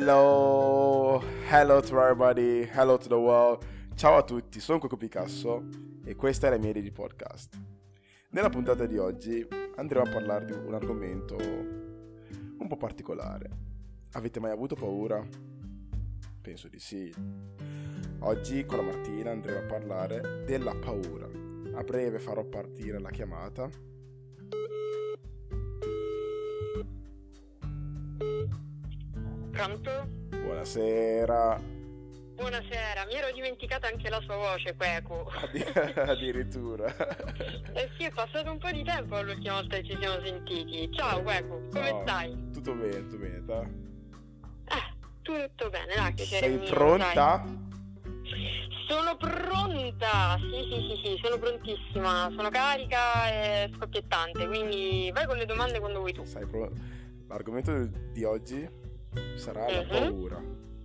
Hello to everybody, hello to the world. Ciao a tutti, sono Coco Picasso e questa è la mia idea di podcast. Nella puntata di oggi andremo a parlare di un argomento un po' particolare. Avete mai avuto paura? Penso di sì. Oggi con la Martina andremo a parlare della paura. A breve farò partire la chiamata. Pronto? Buonasera. Buonasera, mi ero dimenticata anche la sua voce, Queco. Addirittura. Eh sì, è passato un po' di tempo l'ultima volta che ci siamo sentiti. Ciao Queco, come stai? Tutto bene, te? Tutto bene, dai, piacere Sei mio, pronta? dai. Sono pronta, sì, sono prontissima, sono carica e scoppiettante, quindi vai con le domande quando vuoi tu. L'argomento di oggi sarà la paura.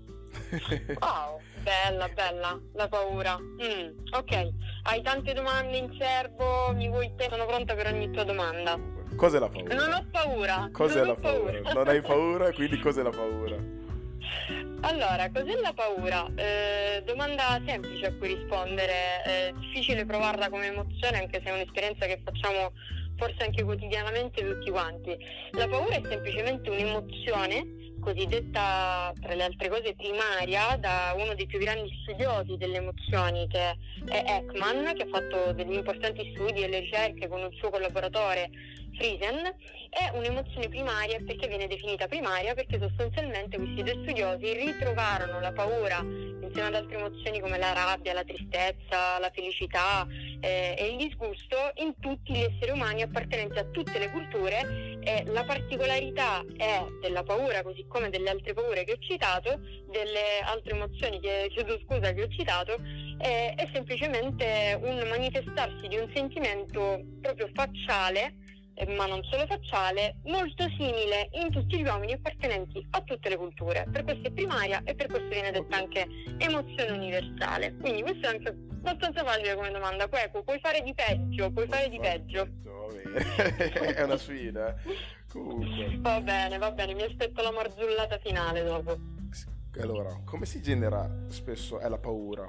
Wow, bella, la paura. Ok, hai tante domande in serbo, mi vuoi te? Sono pronta per ogni tua domanda. Cos'è la paura? Non ho paura. Cos'è la paura? Non hai paura, quindi cos'è la paura? Allora, cos'è la paura? Domanda semplice a cui rispondere, è difficile provarla come emozione anche se è un'esperienza che facciamo forse anche quotidianamente tutti quanti. La paura è semplicemente un'emozione cosiddetta, tra le altre cose, primaria, da uno dei più grandi studiosi delle emozioni, che è Ekman, che ha fatto degli importanti studi e le ricerche con il suo collaboratore Friesen. È un'emozione primaria perché viene definita primaria perché sostanzialmente questi due studiosi ritrovarono la paura insieme ad altre emozioni come la rabbia, la tristezza, la felicità e il disgusto in tutti gli esseri umani appartenenti a tutte le culture, e la particolarità è della paura, così come delle altre paure che ho citato, delle altre emozioni che ho citato, è semplicemente un manifestarsi di un sentimento proprio facciale, ma non solo facciale, molto simile in tutti gli uomini appartenenti a tutte le culture. Per questo è primaria e per questo viene detta anche emozione universale. Quindi questo è anche abbastanza facile come domanda. Puoi fare di peggio. Va bene. È una sfida. Comunque. Va bene, mi aspetto la marzullata finale dopo. Allora, come si genera spesso la paura?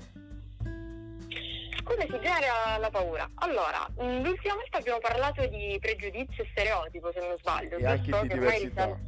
Come si genera la paura? Allora, l'ultima volta abbiamo parlato di pregiudizio e stereotipo, se non sbaglio. E anche di diversità.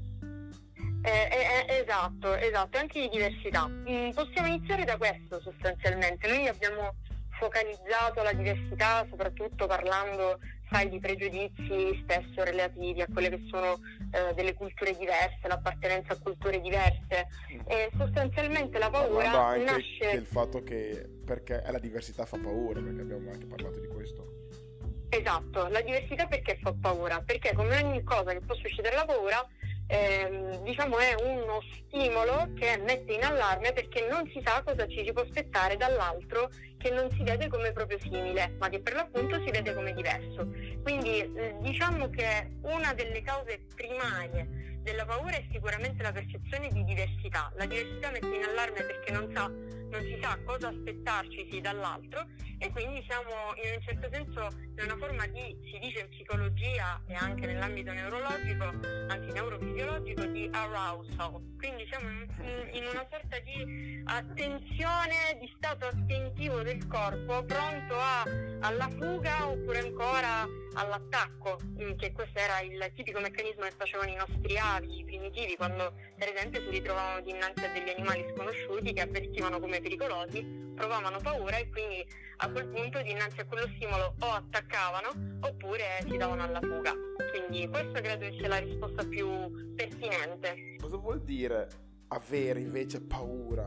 Esatto, anche di diversità. Possiamo iniziare da questo sostanzialmente. Noi abbiamo focalizzato la diversità soprattutto parlando, di pregiudizi spesso relativi a quelle che sono delle culture diverse, l'appartenenza a culture diverse, e sostanzialmente la paura anche nasce del fatto che perché la diversità fa paura, perché abbiamo anche parlato di questo. Esatto, la diversità perché fa paura? Perché come ogni cosa che può suscitare la paura, è uno stimolo che mette in allarme perché non si sa cosa ci si può aspettare dall'altro che non si vede come proprio simile, ma che per l'appunto si vede come diverso. Quindi diciamo che una delle cause primarie della paura è sicuramente la percezione di diversità. La diversità mette in allarme perché non si sa cosa aspettarci dall'altro, e quindi siamo in un certo senso in una forma di, si dice in psicologia e anche nell'ambito neurologico, anche neurofisiologico, di arousal. Quindi siamo in una sorta di attenzione, di stato attentivo del corpo, pronto alla fuga oppure ancora all'attacco, che questo era il tipico meccanismo che facevano i nostri avi primitivi quando per esempio si ritrovavano dinanzi a degli animali sconosciuti che avvertivano come pericolosi, provavano paura e quindi a quel punto dinanzi a quello stimolo o attaccavano oppure si davano alla fuga. Quindi questa credo sia la risposta più pertinente. Cosa vuol dire avere invece paura?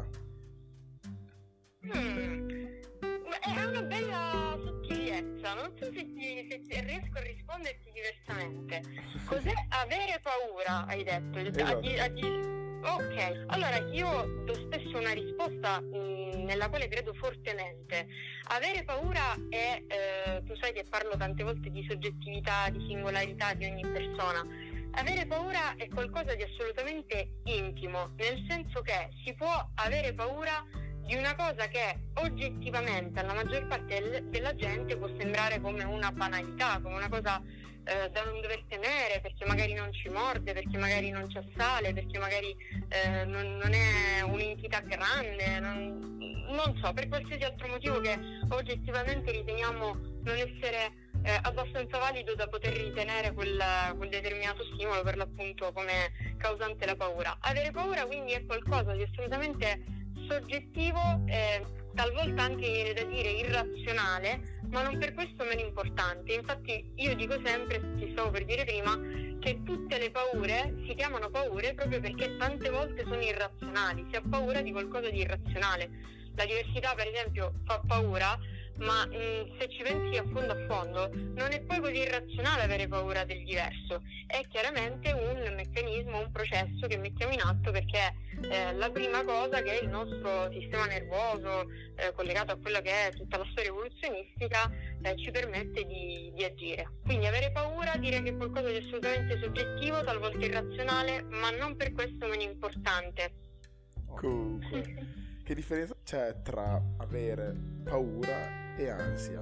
È una bella sottigliezza, non so se riesco a risponderti diversamente. Cos'è avere paura, hai detto? Esatto. Ok, allora io do spesso una risposta nella quale credo fortemente. Avere paura è, tu sai che parlo tante volte di soggettività, di singolarità di ogni persona. Avere paura è qualcosa di assolutamente intimo, nel senso che si può avere paura di una cosa che oggettivamente alla maggior parte della gente può sembrare come una banalità, come una cosa da non dover temere, perché magari non ci morde, perché magari non ci assale, perché magari non è un'entità grande, non so, per qualsiasi altro motivo che oggettivamente riteniamo non essere abbastanza valido da poter ritenere quel determinato stimolo per l'appunto come causante la paura. Avere paura quindi è qualcosa di assolutamente soggettivo, talvolta anche viene da dire irrazionale, ma non per questo meno importante. Infatti io dico sempre, ti stavo per dire prima, che tutte le paure si chiamano paure proprio perché tante volte sono irrazionali, si ha paura di qualcosa di irrazionale. La diversità per esempio fa paura, ma se ci pensi a fondo non è poi così irrazionale avere paura del diverso, è chiaramente un meccanismo, un processo che mettiamo in atto perché la prima cosa che il nostro sistema nervoso collegato a quella che è tutta la storia evoluzionistica ci permette di agire. Quindi avere paura direi che è qualcosa di assolutamente soggettivo, talvolta irrazionale, ma non per questo meno importante. Comunque, che differenza c'è tra avere paura e ansia?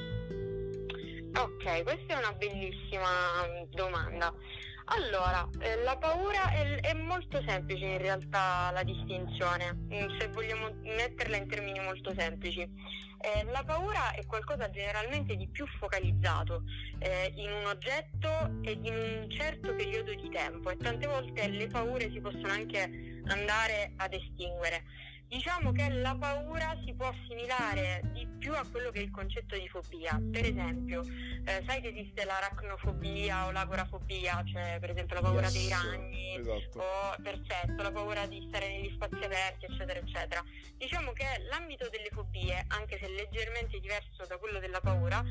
Ok, questa è una bellissima domanda. Allora, la paura è molto semplice in realtà la distinzione, se vogliamo metterla in termini molto semplici. La paura è qualcosa generalmente di più focalizzato in un oggetto e in un certo periodo di tempo, e tante volte le paure si possono anche andare ad estinguere. Diciamo che la paura si può assimilare di più a quello che è il concetto di fobia. Per esempio, sai che esiste l'arachnofobia o l'agorafobia, cioè per esempio la paura dei ragni, esatto. o perfetto, la paura di stare negli spazi aperti, eccetera, eccetera. Diciamo che l'ambito delle fobie, anche se leggermente diverso da quello della paura,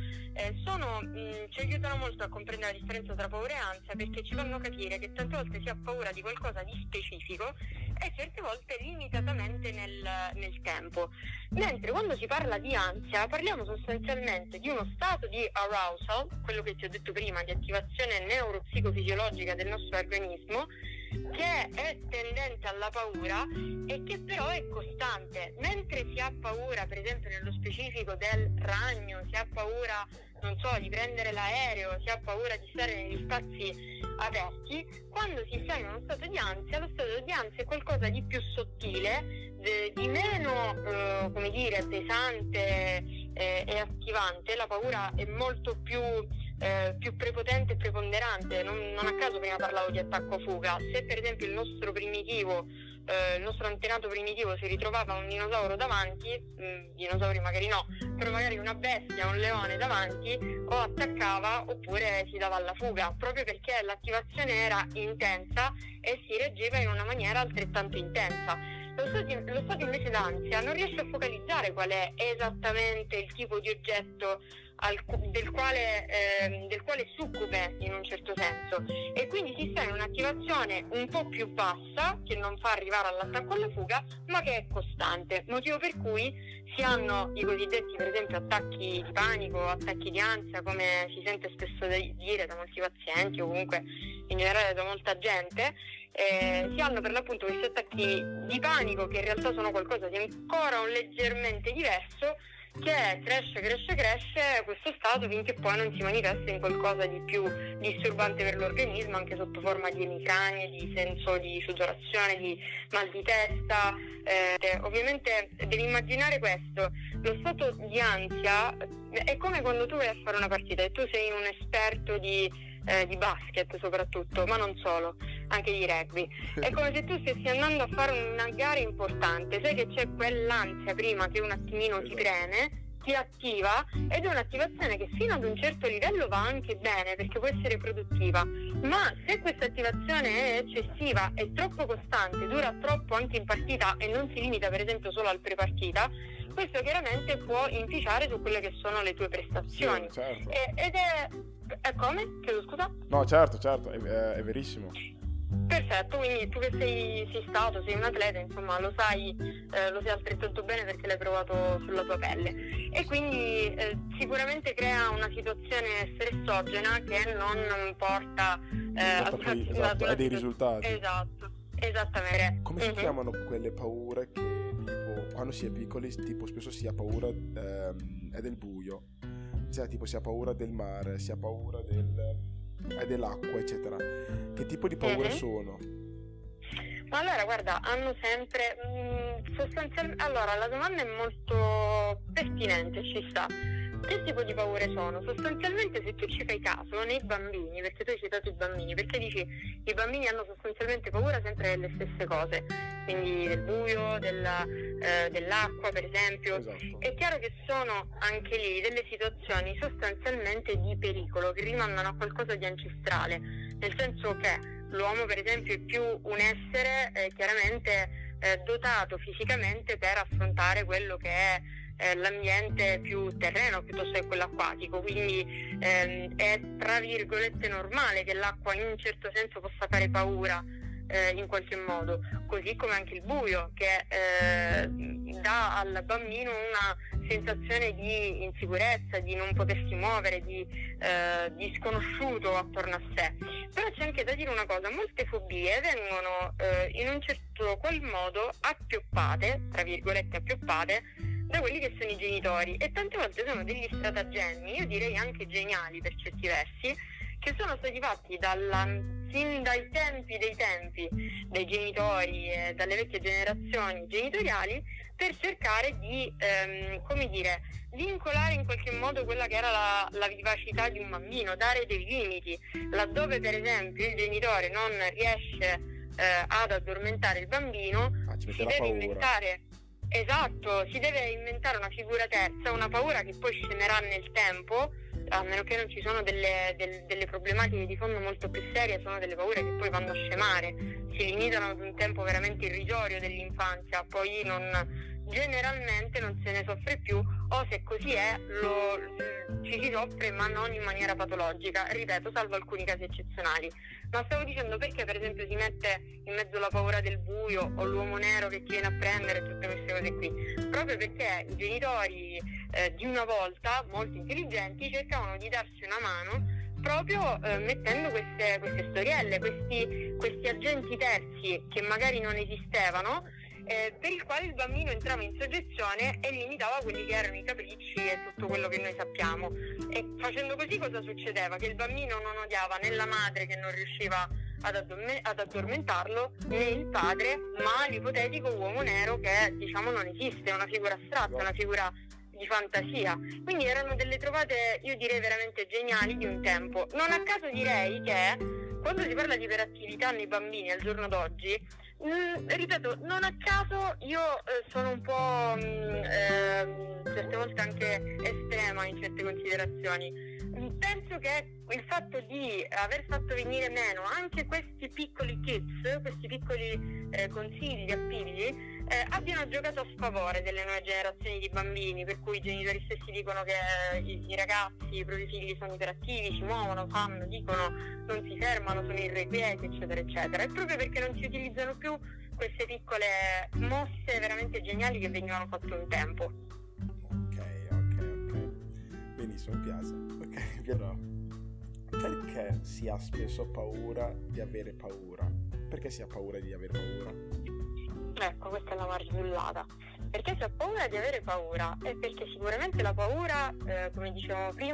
ci aiutano molto a comprendere la differenza tra paura e ansia, perché ci fanno capire che tante volte si ha paura di qualcosa di specifico e certe volte limitatamente nel tempo. Mentre quando si parla di ansia parliamo sostanzialmente di uno stato di arousal, quello che ti ho detto prima, di attivazione neuropsicofisiologica del nostro organismo, che è tendente alla paura e che però è costante. Mentre si ha paura, per esempio nello specifico del ragno, si ha paura, non so, di prendere l'aereo, si ha paura di stare negli spazi aperti, quando si sta in uno stato di ansia, lo stato di ansia è qualcosa di più sottile, di meno, come dire, pesante e attivante. La paura è molto più prepotente e preponderante. Non a caso prima parlavo di attacco-fuga. Se per esempio il nostro antenato primitivo si ritrovava un dinosauro davanti, dinosauri magari no, però magari una bestia, un leone davanti, o attaccava oppure si dava alla fuga, proprio perché l'attivazione era intensa e si reggeva in una maniera altrettanto intensa. Lo stato invece d'ansia non riesce a focalizzare qual è esattamente il tipo di oggetto del quale succube in un certo senso, e quindi si sta in un'attivazione un po' più bassa che non fa arrivare all'attacco alla fuga, ma che è costante, motivo per cui si hanno i cosiddetti per esempio attacchi di panico, attacchi di ansia, come si sente spesso dire da molti pazienti o comunque in generale da molta gente. Si hanno per l'appunto questi attacchi di panico che in realtà sono qualcosa di ancora leggermente diverso, che cresce questo stato finché poi non si manifesta in qualcosa di più disturbante per l'organismo, anche sotto forma di emicranie, di senso di sudorazione, di mal di testa. Ovviamente devi immaginare questo: lo stato di ansia è come quando tu vai a fare una partita e tu sei un esperto di basket soprattutto, ma non solo, anche di rugby. È come se tu stessi andando a fare una gara importante, sai che c'è quell'ansia prima che un attimino ti preme, ti attiva, ed è un'attivazione che fino ad un certo livello va anche bene perché può essere produttiva, ma se questa attivazione è eccessiva, è troppo costante, dura troppo anche in partita e non si limita per esempio solo al prepartita, questo chiaramente può inficiare su quelle che sono le tue prestazioni. Sì, certo. Ed è come? Chiedo scusa? No, certo, è verissimo. Perfetto, quindi tu che sei un atleta, insomma, lo sai altrettanto bene perché l'hai provato sulla tua pelle, e quindi sicuramente crea una situazione stressogena che non porta a dei risultati. Esatto, esattamente. Come si chiamano quelle paure che tipo quando si è piccoli, tipo spesso si ha paura è del buio, cioè tipo si ha paura del mare, si ha paura dell'acqua, eccetera. Che tipo di paure sono? Ma allora, guarda, hanno sempre sostanzialmente. Allora, la domanda è molto pertinente, ci sta. Che tipo di paure sono? Sostanzialmente, se tu ci fai caso, nei bambini, perché tu hai citato i bambini, perché dici i bambini hanno sostanzialmente paura sempre delle stesse cose, quindi del buio, dell'acqua, per esempio. Esatto. È chiaro che sono anche lì delle situazioni sostanzialmente di pericolo che rimandano a qualcosa di ancestrale, nel senso che l'uomo, per esempio, è più un essere chiaramente dotato fisicamente per affrontare quello che è l'ambiente più terreno piuttosto che quello acquatico, quindi è tra virgolette normale che l'acqua in un certo senso possa fare paura in qualche modo, così come anche il buio, che dà al bambino una sensazione di insicurezza, di non potersi muovere, di sconosciuto attorno a sé. Però c'è anche da dire una cosa: molte fobie vengono in un certo qual modo appioppate, tra virgolette appioppate, da quelli che sono i genitori, e tante volte sono degli stratagemmi, io direi anche geniali per certi versi, che sono stati fatti sin dai tempi dei genitori e dalle vecchie generazioni genitoriali, per cercare di vincolare in qualche modo quella che era la vivacità di un bambino, dare dei limiti, laddove per esempio il genitore non riesce ad addormentare il bambino, si deve inventare. Esatto, si deve inventare una figura terza, una paura che poi scenerà nel tempo, a meno che non ci sono delle problematiche di fondo molto più serie. Sono delle paure che poi vanno a scemare, si limitano ad un tempo veramente irrisorio dell'infanzia, poi generalmente non se ne soffre più, o se così è ci si soffre, ma non in maniera patologica, ripeto, salvo alcuni casi eccezionali. Ma stavo dicendo, perché per esempio si mette in mezzo la paura del buio o l'uomo nero che ti viene a prendere, tutte queste cose qui? Proprio perché i genitori di una volta, molto intelligenti, cercavano di darsi una mano proprio mettendo queste storielle, questi agenti terzi che magari non esistevano, per il quale il bambino entrava in soggezione e limitava quelli che erano i capricci e tutto quello che noi sappiamo. E facendo così cosa succedeva? Che il bambino non odiava né la madre, che non riusciva ad addormentarlo, né il padre, ma l'ipotetico uomo nero, che diciamo non esiste, è una figura astratta, una figura di fantasia. Quindi erano delle trovate, io direi, veramente geniali di un tempo. Non a caso direi che quando si parla di iperattività nei bambini al giorno d'oggi, ripeto, non a caso io sono un po' certe volte anche estrema in certe considerazioni. Penso che il fatto di aver fatto venire meno anche questi piccoli tips, questi piccoli consigli appigli, abbiano giocato a sfavore delle nuove generazioni di bambini, per cui i genitori stessi dicono che i ragazzi, i propri figli sono iperattivi, si muovono, fanno, dicono, non si fermano, sono irrequieti, eccetera eccetera. E proprio perché non si utilizzano più queste piccole mosse veramente geniali che venivano fatte un tempo. Ok. Benissimo, mi piace. Ok, però perché si ha spesso paura di avere paura? Perché si ha paura di avere paura? Ecco, questa è la marzullata. Perché si ha paura di avere paura? È perché sicuramente la paura, come dicevamo prima,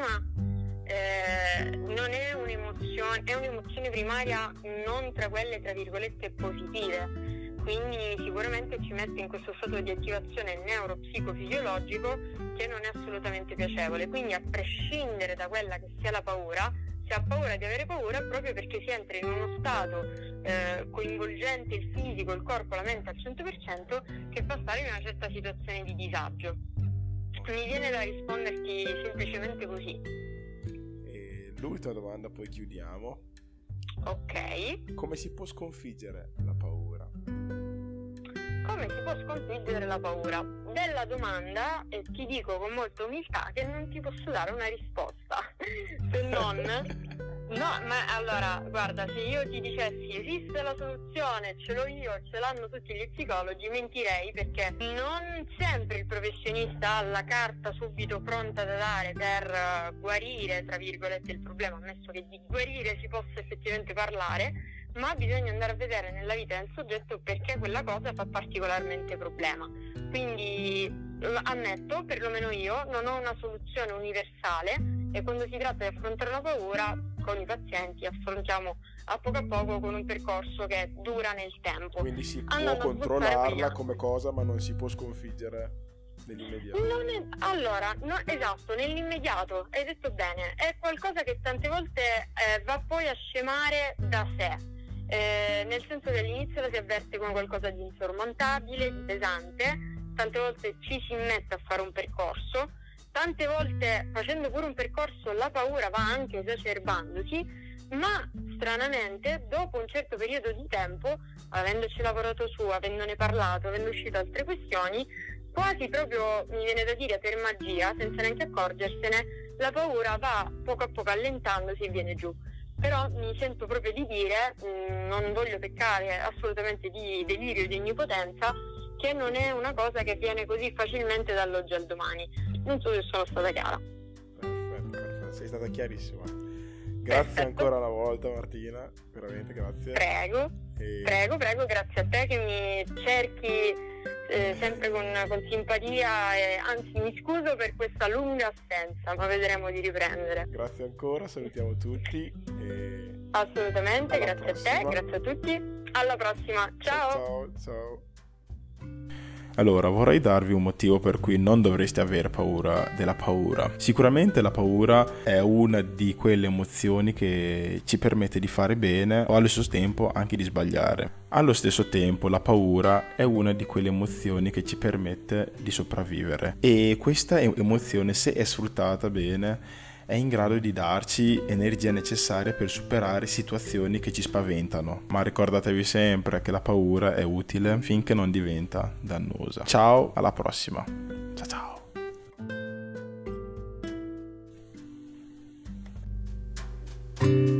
non è un'emozione, è un'emozione primaria non tra quelle tra virgolette positive. Quindi sicuramente ci mette in questo stato di attivazione neuropsicofisiologico che non è assolutamente piacevole. Quindi, a prescindere da quella che sia la paura, si ha paura di avere paura proprio perché si entra in uno stato coinvolgente il fisico, il corpo, la mente al 100%, che fa stare in una certa situazione di disagio. Mi viene da risponderti semplicemente così. E l'ultima domanda, poi chiudiamo. Ok. Come si può sconfiggere la paura? Come si può sconfiggere la paura? Bella domanda, e ti dico con molta umiltà che non ti posso dare una risposta, se non No, ma allora, guarda, se io ti dicessi esiste la soluzione, ce l'ho io, ce l'hanno tutti gli psicologi, mentirei, perché non sempre il professionista ha la carta subito pronta da dare per guarire, tra virgolette, il problema, ammesso che di guarire si possa effettivamente parlare, ma bisogna andare a vedere nella vita del soggetto perché quella cosa fa particolarmente problema. Quindi ammetto, perlomeno io, non ho una soluzione universale, e quando si tratta di affrontare la paura con i pazienti affrontiamo a poco con un percorso che dura nel tempo. Quindi si può controllarla come cosa, ma non si può sconfiggere nell'immediato. Esatto, nell'immediato, hai detto bene, è qualcosa che tante volte va poi a scemare da sé. Nel senso che all'inizio la si avverte come qualcosa di insormontabile, di pesante, tante volte ci si mette a fare un percorso, tante volte facendo pure un percorso la paura va anche esacerbandosi, ma stranamente dopo un certo periodo di tempo, avendoci lavorato su, avendone parlato, avendo uscito altre questioni, quasi proprio mi viene da dire per magia, senza neanche accorgersene, la paura va poco a poco allentandosi e viene giù. Però mi sento proprio di dire, non voglio peccare assolutamente di delirio e di onnipotenza, che non è una cosa che viene così facilmente dall'oggi al domani. Non so se sono stata chiara. Perfetto, sei stata chiarissima. Grazie ancora una volta Martina, veramente grazie. Prego, grazie a te che mi cerchi sempre con simpatia, e anzi mi scuso per questa lunga assenza, ma vedremo di riprendere. Grazie ancora, salutiamo tutti. Assolutamente, grazie a te, grazie a tutti. Alla prossima, ciao. Ciao. Allora, vorrei darvi un motivo per cui non dovreste avere paura della paura. Sicuramente la paura è una di quelle emozioni che ci permette di fare bene o allo stesso tempo anche di sbagliare. Allo stesso tempo la paura è una di quelle emozioni che ci permette di sopravvivere. E questa emozione, se è sfruttata bene, è in grado di darci energia necessaria per superare situazioni che ci spaventano. Ma ricordatevi sempre che la paura è utile finché non diventa dannosa. Ciao, alla prossima. Ciao.